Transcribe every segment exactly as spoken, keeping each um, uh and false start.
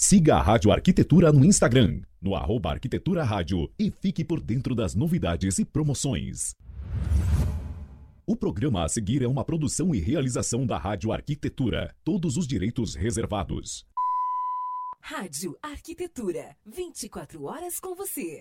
Siga a Rádio Arquitetura no Instagram, no arroba Arquitetura Rádio, e fique por dentro das novidades e promoções. O programa a seguir é uma produção e realização da Rádio Arquitetura. Todos os direitos reservados. Rádio Arquitetura, vinte e quatro horas com você.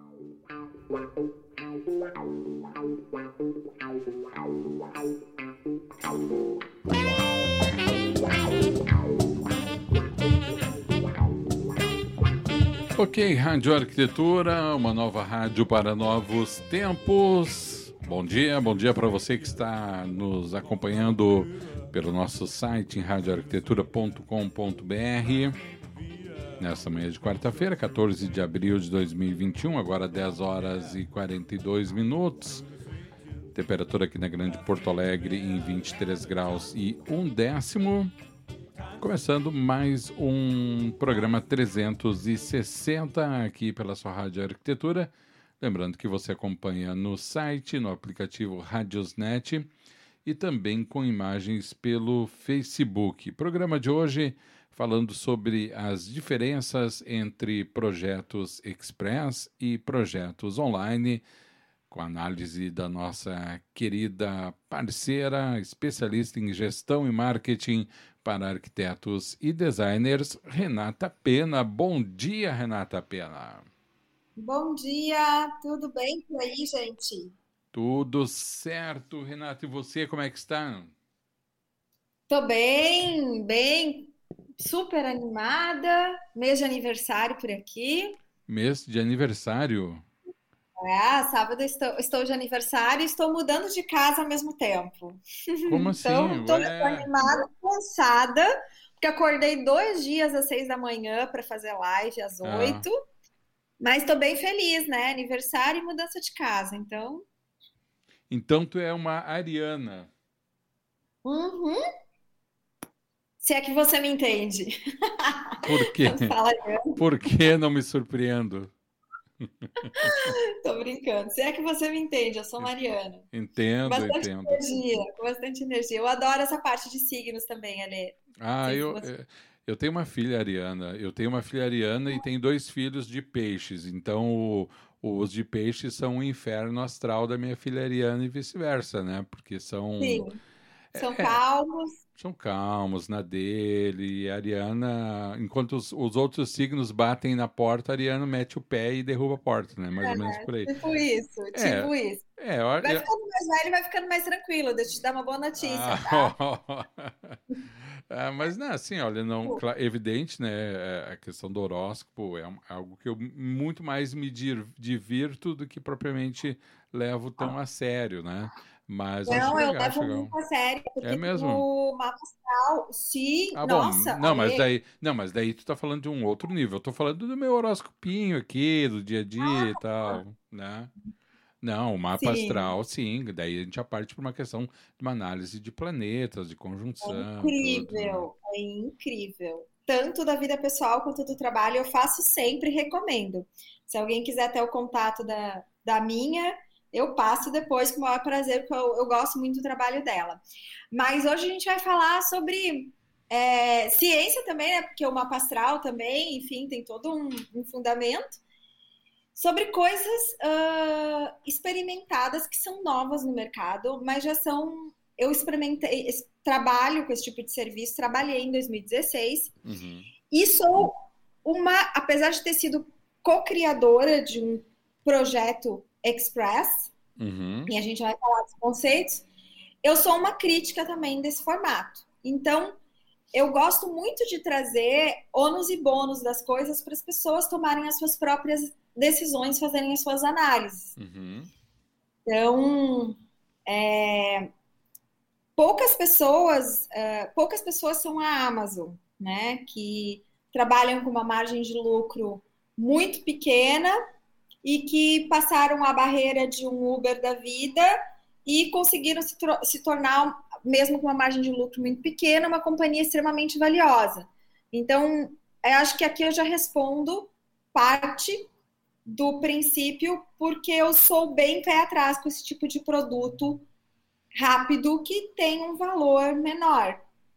Ok, Rádio Arquitetura, uma nova rádio para novos tempos. Bom dia, bom dia para você que está nos acompanhando pelo nosso site em rádio arquitetura ponto com ponto b r. Nessa manhã de quarta-feira, quatorze de abril de dois mil e vinte e um, agora dez horas e quarenta e dois minutos. Temperatura aqui na Grande Porto Alegre em vinte e três graus e um décimo. Começando mais um programa trezentos e sessenta aqui pela sua Rádio Arquitetura. Lembrando que você acompanha no site, no aplicativo Radiosnet e também com imagens pelo Facebook. Programa de hoje falando sobre as diferenças entre projetos express e projetos online, com análise da nossa querida parceira, especialista em gestão e marketing para arquitetos e designers, Renata Pena. Bom dia, Renata Pena. Bom dia, tudo bem por aí, gente? Tudo certo, Renata. E você, como é que está? Tô bem, bem, super animada. Mês de aniversário por aqui. Mês de aniversário? É, sábado estou, estou de aniversário e estou mudando de casa ao mesmo tempo. Como assim? Então, estou Ué? animada, cansada, porque acordei dois dias às seis da manhã para fazer live às Ah. oito. Mas estou bem feliz, né? Aniversário e mudança de casa, então... Então tu é uma ariana. Uhum. Se é que você me entende. Por quê? Fala, eu Por que não me surpreendo? tô brincando. Se é que você me entende, eu sou Mariana. Com Entendo, bastante entendo. energia, com bastante energia. Eu adoro essa parte de signos também, Ale. Ah, Sei se eu, você... eh, eu tenho uma filha ariana. Eu tenho uma filha ariana e tenho dois filhos de peixes. Então, o- os de peixes são o inferno astral da minha filha ariana e vice-versa, né? Porque são, Sim, são é, calmos. são calmos na dele. E a Ariana, enquanto os, os outros signos batem na porta, a Ariana mete o pé e derruba a porta, né? Mais ou menos por aí. Tipo isso, É, tipo isso. é, eu, Vai eu- ficando mais velho, vai ficando mais tranquilo. Deixa eu te dar uma boa notícia, tá? Ah, ah, mas não, assim, olha, não, cla- evidente, né? é, A questão do horóscopo é um- algo que eu muito mais me dir- divirto do que propriamente levo tão a sério, né? Mas eu acho Não, eu legal, acho levo legal. muito a sério, É porque mesmo? no mapa astral, sim, Ah, bom, nossa, não, mas Ale, daí, não, mas daí tu tá falando de um outro nível. Eu tô falando do meu horoscopinho aqui, do dia a dia e tal, né? Não, o mapa sim. astral, sim. Daí a gente já parte para uma questão de uma análise de planetas, de É conjunção, tudo, né? incrível, é incrível. Tanto da vida pessoal quanto do trabalho, eu faço sempre e recomendo. Se alguém quiser ter o contato da, da minha, eu passo depois com o maior prazer, porque eu, eu gosto muito do trabalho dela. Mas hoje a gente vai falar sobre é, ciência também, né? Porque o mapa astral também, enfim, tem todo um, um fundamento. Sobre coisas ah, experimentadas que são novas no mercado, mas já são. Eu experimentei, es- trabalho com esse tipo de serviço, trabalhei em dois mil e dezesseis Uhum, e sou uma, apesar de ter sido co-criadora de um projeto Express, uhum, e a gente vai falar dos conceitos, eu sou uma crítica também desse formato. Então, eu gosto muito de trazer ônus e bônus das coisas para as pessoas tomarem as suas próprias decisões, fazerem as suas análises. uhum, Então, poucas pessoas, eh, poucas pessoas são a Amazon, né? Que trabalham com uma margem de lucro muito pequena e que passaram a barreira de um Uber da vida e conseguiram se, tro- se tornar, mesmo com uma margem de lucro muito pequena, uma companhia extremamente valiosa. Então, eu acho que aqui eu já respondo parte do princípio, porque eu sou bem pé atrás com esse tipo de produto rápido que tem um valor menor.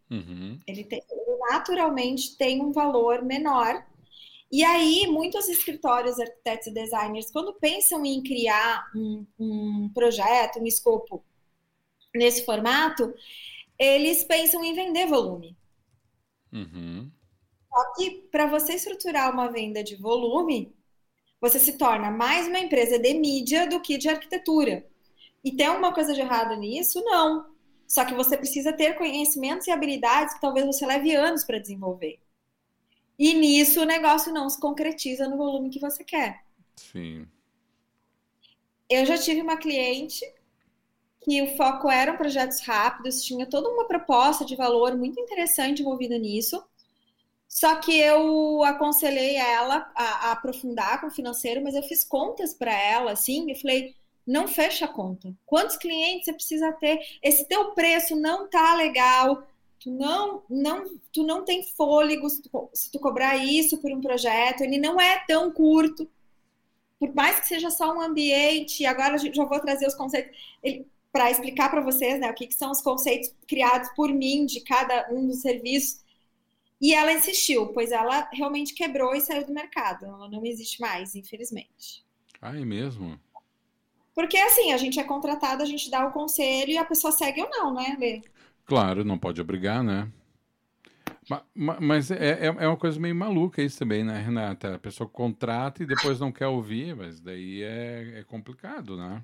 Uhum. Ele, tem, ele naturalmente tem um valor menor. E aí, muitos escritórios, arquitetos e designers, quando pensam em criar um, um projeto, um escopo nesse formato, eles pensam em vender volume. Uhum. Só que para você estruturar uma venda de volume, você se torna mais uma empresa de mídia do que de arquitetura. E tem alguma coisa de errado nisso? Não. Só que você precisa ter conhecimentos e habilidades que talvez você leve anos para desenvolver. E nisso o negócio não se concretiza no volume que você quer. Sim. Eu já tive uma cliente que o foco eram projetos rápidos, tinha toda uma proposta de valor muito interessante envolvida nisso. Só que eu aconselhei ela a, a aprofundar com o financeiro, mas eu fiz contas para ela, assim, e falei, não fecha a conta. Quantos clientes você precisa ter? Esse teu preço não tá legal, tu não, não, tu não tem fôlego se tu, se tu cobrar isso por um projeto, ele não é tão curto, por mais que seja só um ambiente, agora eu já vou trazer os conceitos para explicar para vocês, né, o que, que são os conceitos criados por mim de cada um dos serviços. E ela insistiu, pois ela realmente quebrou e saiu do mercado. Ela não existe mais, infelizmente. Ah, é mesmo? Porque assim, a gente é contratado, a gente dá o conselho e a pessoa segue ou não, né, Lê? Claro, não pode obrigar, né? Ma- ma- Mas é, é é uma coisa meio maluca isso também, né, Renata? A pessoa contrata e depois não quer ouvir, mas daí é, é complicado, né?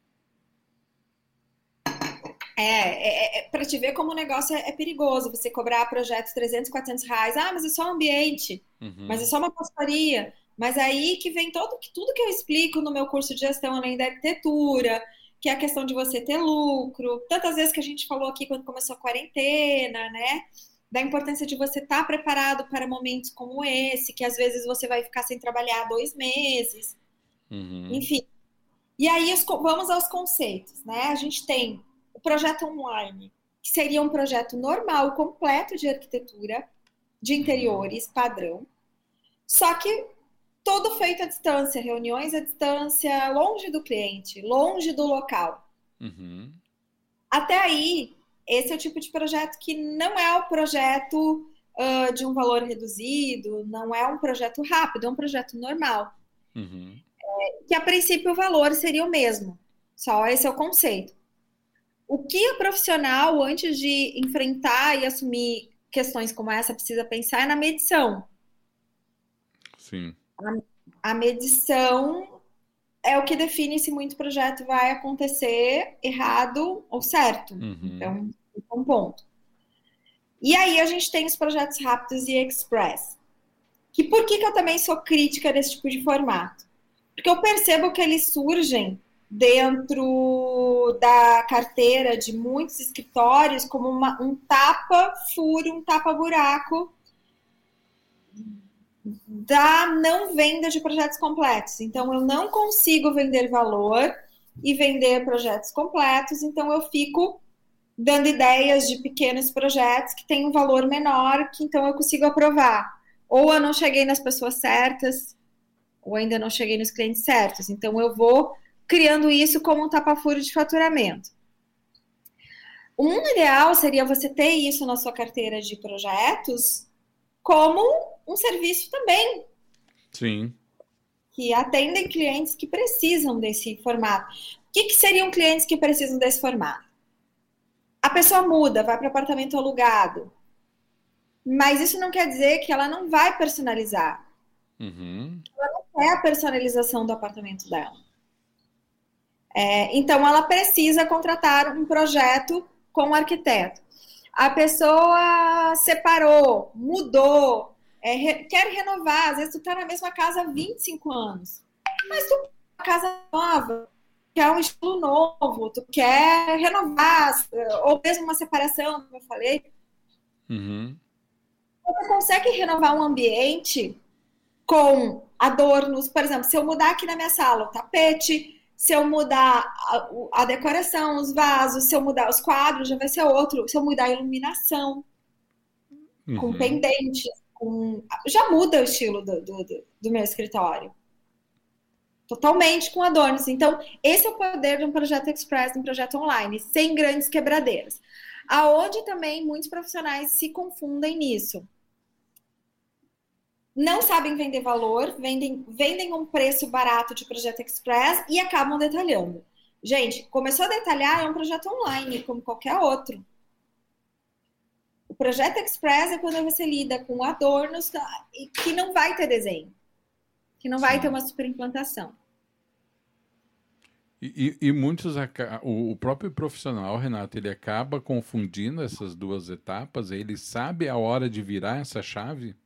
É, é, é para te ver como o negócio é, é perigoso. Você cobrar projetos trezentos, quatrocentos reais. Ah, mas é só um ambiente. Mas é Uhum. só uma consultoria. Mas aí que vem todo, que- tudo que eu explico no meu curso de gestão além da arquitetura, que é a questão de você ter lucro. Tantas vezes que a gente falou aqui quando começou a quarentena, né? Da importância de você estar preparado para momentos como esse, que às vezes você vai ficar sem trabalhar dois meses. Uhum. Enfim. E aí os co- vamos aos conceitos, né? A gente tem o projeto online, que seria um projeto normal, completo de arquitetura, de Uhum. interiores, padrão, só que todo feito à distância, reuniões à distância, longe do cliente, longe do local. Uhum. Até aí, esse é o tipo de projeto que não é o projeto uh, de um valor reduzido, não é um projeto rápido, é um projeto normal. Uhum. Que a princípio o valor seria o mesmo, só esse é o conceito. O que a profissional, antes de enfrentar e assumir questões como essa, precisa pensar é na medição. Sim. A medição é o que define se muito projeto vai acontecer errado ou certo. Uhum. Então, esse é um ponto. E aí a gente tem os projetos rápidos e express. Que por que, que eu também sou crítica desse tipo de formato? Porque eu percebo que eles surgem dentro da carteira de muitos escritórios como uma, um tapa-furo, um tapa-buraco da não venda de projetos completos. Então, eu não consigo vender valor e vender projetos completos, então eu fico dando ideias de pequenos projetos que têm um valor menor, que então eu consigo aprovar. Ou eu não cheguei nas pessoas certas, ou ainda não cheguei nos clientes certos. Então, eu vou criando isso como um tapa-furo de faturamento. O mundo ideal seria você ter isso na sua carteira de projetos como um serviço também, Sim. que atendem clientes que precisam desse formato. O que, que seriam clientes que precisam desse formato? A pessoa muda, vai para apartamento alugado, mas isso não quer dizer que ela não vai personalizar. Uhum. É a personalização do apartamento dela. É, então, ela precisa contratar um projeto com um arquiteto. A pessoa separou, mudou, é, re, quer renovar. Às vezes, tu tá na mesma casa há vinte e cinco anos. Mas tu quer uma casa nova, quer um estilo novo, tu quer renovar, ou mesmo uma separação, como eu falei. Uhum. Você consegue renovar um ambiente com adornos, por exemplo, se eu mudar aqui na minha sala o tapete, se eu mudar a, a decoração, os vasos, se eu mudar os quadros, já vai ser outro. Se eu mudar a iluminação, com Uhum. pendentes, com... já muda o estilo do, do, do meu escritório. Totalmente com adornos. Então, esse é o poder de um projeto express, de um projeto online, sem grandes quebradeiras. Aonde também muitos profissionais se confundem nisso. Não sabem vender valor, vendem, vendem um preço barato de projeto express e acabam detalhando. Gente, começou a detalhar, é um projeto online, como qualquer outro. O projeto express é quando você lida com adornos que não vai ter desenho, que não vai ter uma super implantação. E, e, e muitos, o próprio profissional, Renato, ele acaba confundindo essas duas etapas, ele sabe a hora de virar essa chave?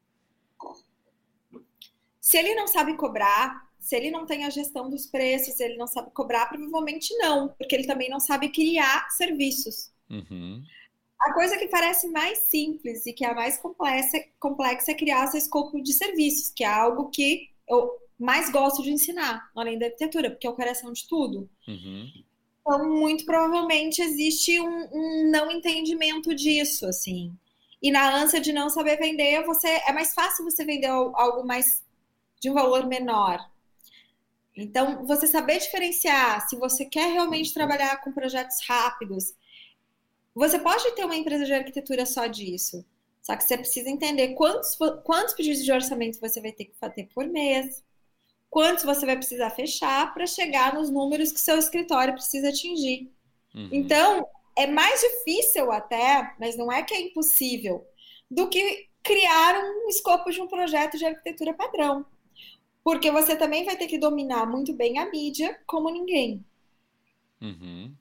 Se ele não sabe cobrar, se ele não tem a gestão dos preços, ele não sabe cobrar, provavelmente não, porque ele também não sabe criar serviços. Uhum. A coisa que parece mais simples e que é a mais complexa, complexa é criar esse escopo de serviços, que é algo que eu mais gosto de ensinar, além da arquitetura, porque é o coração de tudo. Uhum. Então, muito provavelmente existe um, um não entendimento disso, assim. E na ânsia de não saber vender, você é mais fácil você vender algo mais de um valor menor. Então, você saber diferenciar, se você quer realmente trabalhar com projetos rápidos, você pode ter uma empresa de arquitetura só disso. Só que você precisa entender quantos, quantos pedidos de orçamento você vai ter que fazer por mês, quantos você vai precisar fechar para chegar nos números que seu escritório precisa atingir. Uhum. Então, é mais difícil até, mas não é que é impossível, do que criar um escopo de um projeto de arquitetura padrão. Porque você também vai ter que dominar muito bem a mídia como ninguém. Uhum.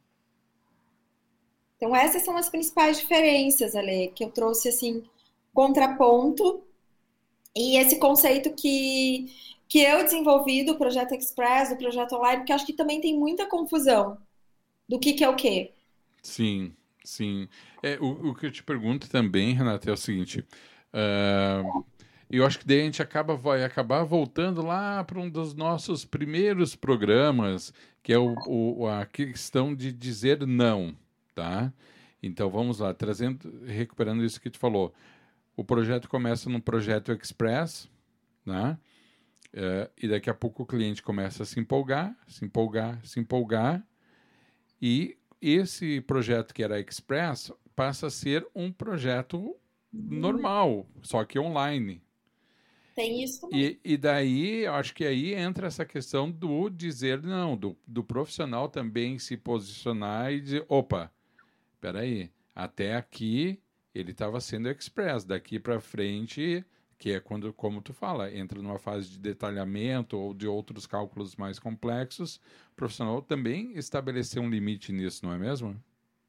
Então, essas são as principais diferenças, Ale, que eu trouxe, assim, contraponto. E esse conceito que, que eu desenvolvi do Projeto Express, do Projeto Online, porque acho que também tem muita confusão do que, que é o quê. Sim, sim. É, o, o que eu te pergunto também, Renata, é o seguinte... Uh... Eu acho que daí a gente acaba, vai acabar voltando lá para um dos nossos primeiros programas, que é o, o, a questão de dizer não, tá? Então, vamos lá, trazendo, recuperando isso que tu falou. O projeto começa num projeto express, né? É, e daqui a pouco o cliente começa a se empolgar, se empolgar, se empolgar, e esse projeto que era express passa a ser um projeto normal, só que online. Tem isso também. E, e daí, eu acho que aí entra essa questão do dizer não, do, do profissional também se posicionar e dizer, opa, peraí, até aqui ele estava sendo express, daqui para frente, que é quando, como tu fala, entra numa fase de detalhamento ou de outros cálculos mais complexos, o profissional também estabeleceu um limite nisso, não é mesmo?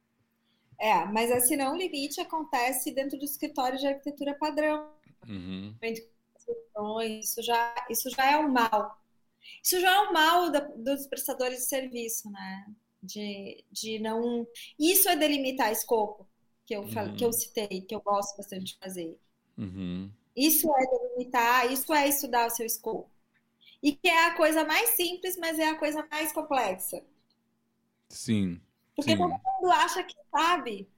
É, mas assim, não, o limite acontece dentro do escritório de arquitetura padrão. Uhum. Isso já, isso já é um mal. Isso já é um mal da, dos prestadores de serviço, né? De, de não... Isso é delimitar escopo, que eu, uhum. que eu citei, que eu gosto bastante de fazer. Uhum. Isso é delimitar, isso é estudar o seu escopo. E que é a coisa mais simples, mas é a coisa mais complexa. Sim. Porque sim. todo mundo acha que sabe.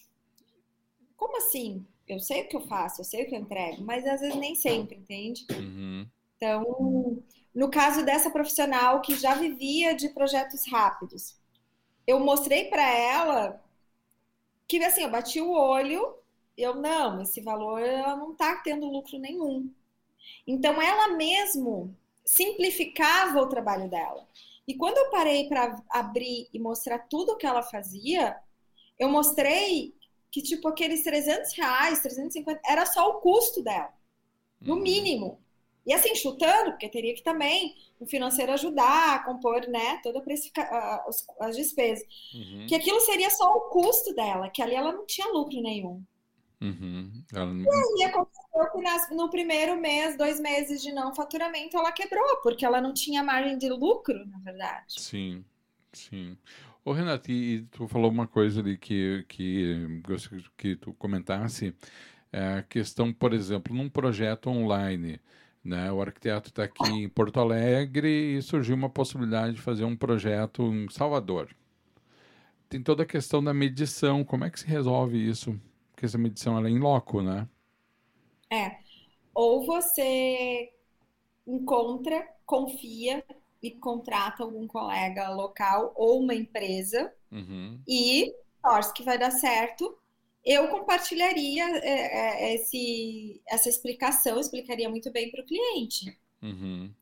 Como assim? Eu sei o que eu faço, eu sei o que eu entrego, mas às vezes nem sempre, entende? Uhum. Então, no caso dessa profissional que já vivia de projetos rápidos, eu mostrei para ela que, assim, eu bati o olho, eu, não, esse valor ela não está tendo lucro nenhum. Então, ela mesmo simplificava o trabalho dela. E quando eu parei para abrir e mostrar tudo o que ela fazia, eu mostrei que, tipo, aqueles trezentos reais, trezentos e cinquenta, era só o custo dela, no uhum. mínimo. E assim, chutando, porque teria que também o financeiro ajudar a compor, né, toda a as, as despesas. Uhum. Que aquilo seria só o custo dela, que ali ela não tinha lucro nenhum. Uhum. Ela... E aí aconteceu que nas, no primeiro mês, dois meses de não faturamento, ela quebrou, porque ela não tinha margem de lucro, na verdade. Sim, sim. Ô, Renato, e tu falou uma coisa ali que, que, que tu comentasse, é a questão, por exemplo, num projeto online, né? O arquiteto está aqui em Porto Alegre e surgiu uma possibilidade de fazer um projeto em Salvador. Tem toda a questão da medição, como é que se resolve isso? Porque essa medição ela é em loco, né? É, ou você encontra, confia e contrata algum colega local ou uma empresa uhum. e torce que vai dar certo, eu compartilharia é, é, esse, essa explicação, explicaria muito bem para o cliente. Uhum.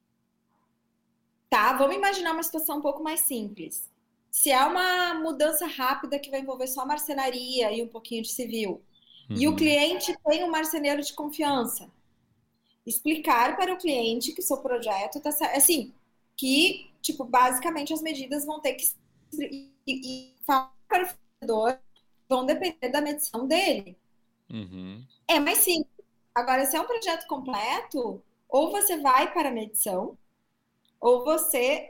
Tá, vamos imaginar uma situação um pouco mais simples. Se é uma mudança rápida que vai envolver só marcenaria e um pouquinho de civil, Uhum. e o cliente tem um marceneiro de confiança, explicar para o cliente que o seu projeto está assim, que tipo basicamente as medidas vão ter que e, e falar para o fornecedor vão depender da medição dele. Uhum. É mais simples. Agora, se é um projeto completo, ou você vai para a medição, ou você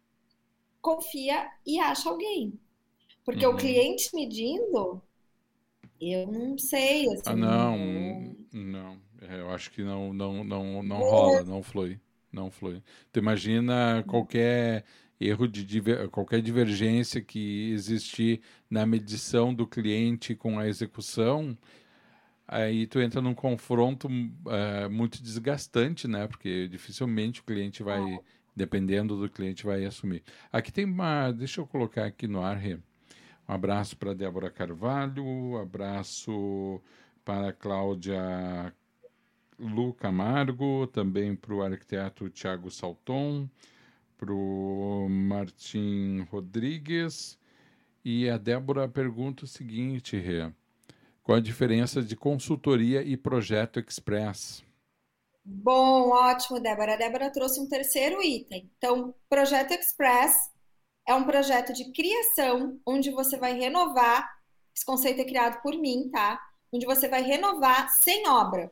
confia e acha alguém. Porque Uhum. o cliente medindo, eu não sei. Assim, Ah, não, eu... não. Eu acho que não, não, não, não rola, não flui, não flui. Tu imagina qualquer erro de diver... qualquer divergência que existir na medição do cliente com a execução, aí tu entra num confronto é, muito desgastante, né? Porque dificilmente o cliente vai, dependendo do cliente, vai assumir. Aqui tem uma, deixa eu colocar aqui no ar, Rê. Um abraço para Débora Carvalho, um abraço para a Cláudia Lu Camargo, também para o arquiteto Tiago Salton, para o Martim Rodrigues. E a Débora pergunta o seguinte, Rê, qual a diferença de consultoria e projeto express? Bom, ótimo, Débora. A Débora trouxe um terceiro item. Então, Projeto Express é um projeto de criação, onde você vai renovar, esse conceito é criado por mim, tá? Onde você vai renovar sem obra.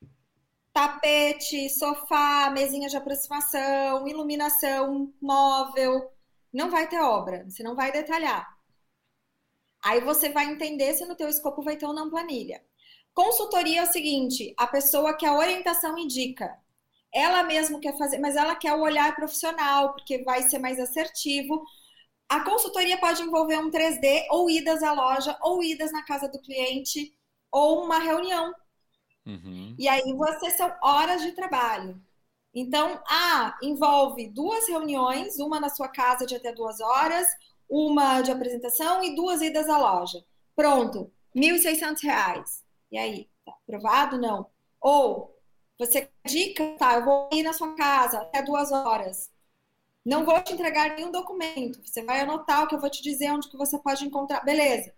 Tapete, sofá, mesinha de aproximação, iluminação, móvel. Não vai ter obra, você não vai detalhar. Aí você vai entender se no teu escopo vai ter ou não planilha. Consultoria é o seguinte, a pessoa que a orientação indica. Ela mesmo quer fazer, mas ela quer o olhar profissional, porque vai ser mais assertivo. A consultoria pode envolver um três D, ou idas à loja, ou idas na casa do cliente, ou uma reunião. Uhum. E aí você são horas de trabalho. Então, ah, envolve duas reuniões, uma na sua casa de até duas horas, uma de apresentação e duas idas à loja. Pronto, mil e seiscentos reais. E aí, tá aprovado? Não. Ou, você dica, tá, eu vou ir na sua casa até duas horas. Não vou te entregar nenhum documento. Você vai anotar o que eu vou te dizer, onde que você pode encontrar. Beleza.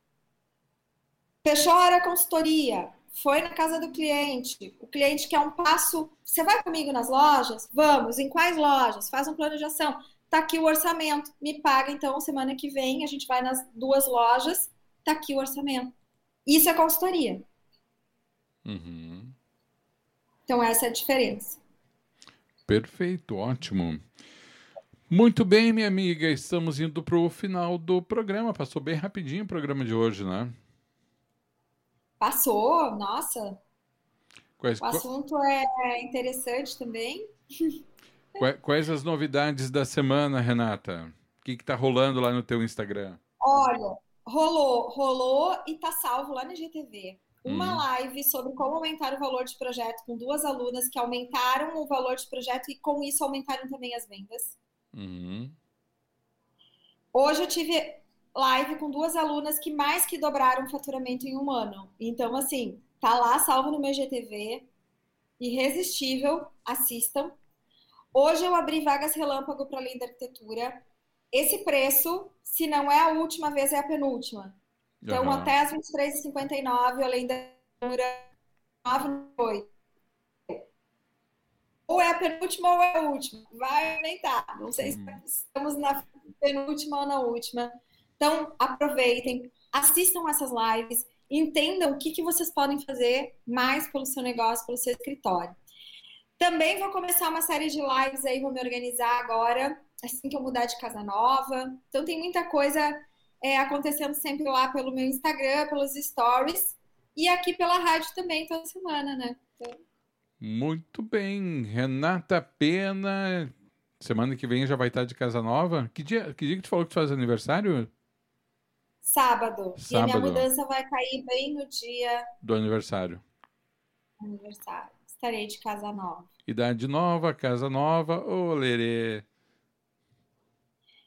Fechou a hora a consultoria. Foi na casa do cliente. O cliente quer um passo. Você vai comigo nas lojas? Vamos. Em quais lojas? Faz um plano de ação. Tá aqui o orçamento. Me paga, então, semana que vem. A gente vai nas duas lojas. Tá aqui o orçamento. Isso é consultoria. Uhum. Então, essa é a diferença. Perfeito, ótimo. Muito bem, minha amiga. Estamos indo para o final do programa. Passou bem rapidinho o programa de hoje, né? Passou, nossa. Quais, O assunto é interessante também. quais, quais as novidades da semana, Renata? O que está rolando lá no teu Instagram? Olha, rolou, rolou e tá salvo lá na G T V. Uma Hum. live sobre como aumentar o valor de projeto com duas alunas que aumentaram o valor de projeto e com isso aumentaram também as vendas. Uhum. Hoje eu tive live com duas alunas que mais que dobraram o faturamento em um ano. Então, assim, tá lá salvo no meu G T V. Irresistível, assistam. Hoje eu abri vagas relâmpago para além da arquitetura. Esse preço, se não é a última vez, é a penúltima. Então, Uhum. até as vinte e três e cinquenta e nove, além da arquitetura, nove e oito. Ou é a penúltima ou é a última. Vai aumentar. Não sei Uhum. se estamos na penúltima ou na última. Então, aproveitem, assistam essas lives, entendam o que, que vocês podem fazer mais pelo seu negócio, pelo seu escritório. Também vou começar uma série de lives aí, vou me organizar agora, assim que eu mudar de casa nova. Então tem muita coisa é, acontecendo sempre lá pelo meu Instagram, pelos stories, e aqui pela rádio também toda semana, né? Então... Muito bem. Renata Pena, semana que vem já vai estar de casa nova. Que dia que, dia que tu falou que tu faz aniversário? Sábado. Sábado. E a minha mudança vai cair bem no dia do aniversário. Aniversário. Estarei de casa nova. Idade nova, casa nova, ô lerê.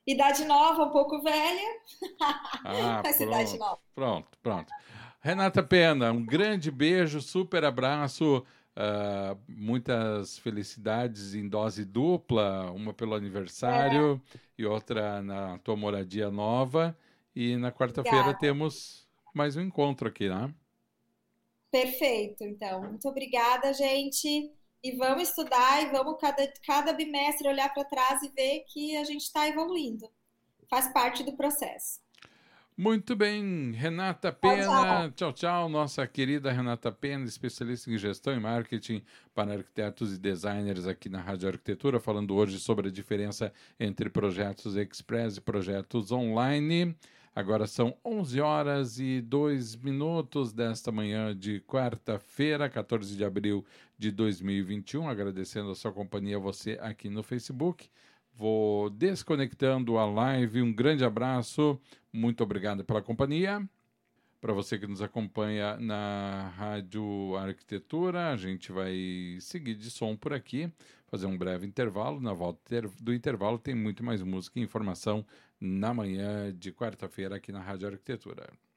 Idade nova, um pouco velha, Ah, mas idade pronto, nova. pronto, pronto. Renata Pena, um grande beijo, super abraço, ah, muitas felicidades em dose dupla, uma pelo É, aniversário e outra na tua moradia nova. E na quarta-feira obrigada. temos mais um encontro aqui, né? Perfeito, então. Muito obrigada, gente. E vamos estudar e vamos cada, cada bimestre olhar para trás e ver que a gente está evoluindo. Faz parte do processo. Muito bem, Renata Tchau, tchau. Pena, tchau, tchau, nossa querida Renata Pena, especialista em gestão e marketing para arquitetos e designers aqui na Rádio Arquitetura, falando hoje sobre a diferença entre projetos express e projetos online. Agora são onze horas e dois minutos desta manhã de quarta-feira, quatorze de abril de dois mil e vinte e um, agradecendo a sua companhia, você aqui no Facebook. Vou desconectando a live. Um grande abraço. Muito obrigado pela companhia. Para você que nos acompanha na Rádio Arquitetura, a gente vai seguir de som por aqui, fazer um breve intervalo. Na volta do intervalo tem muito mais música e informação na manhã de quarta-feira aqui na Rádio Arquitetura.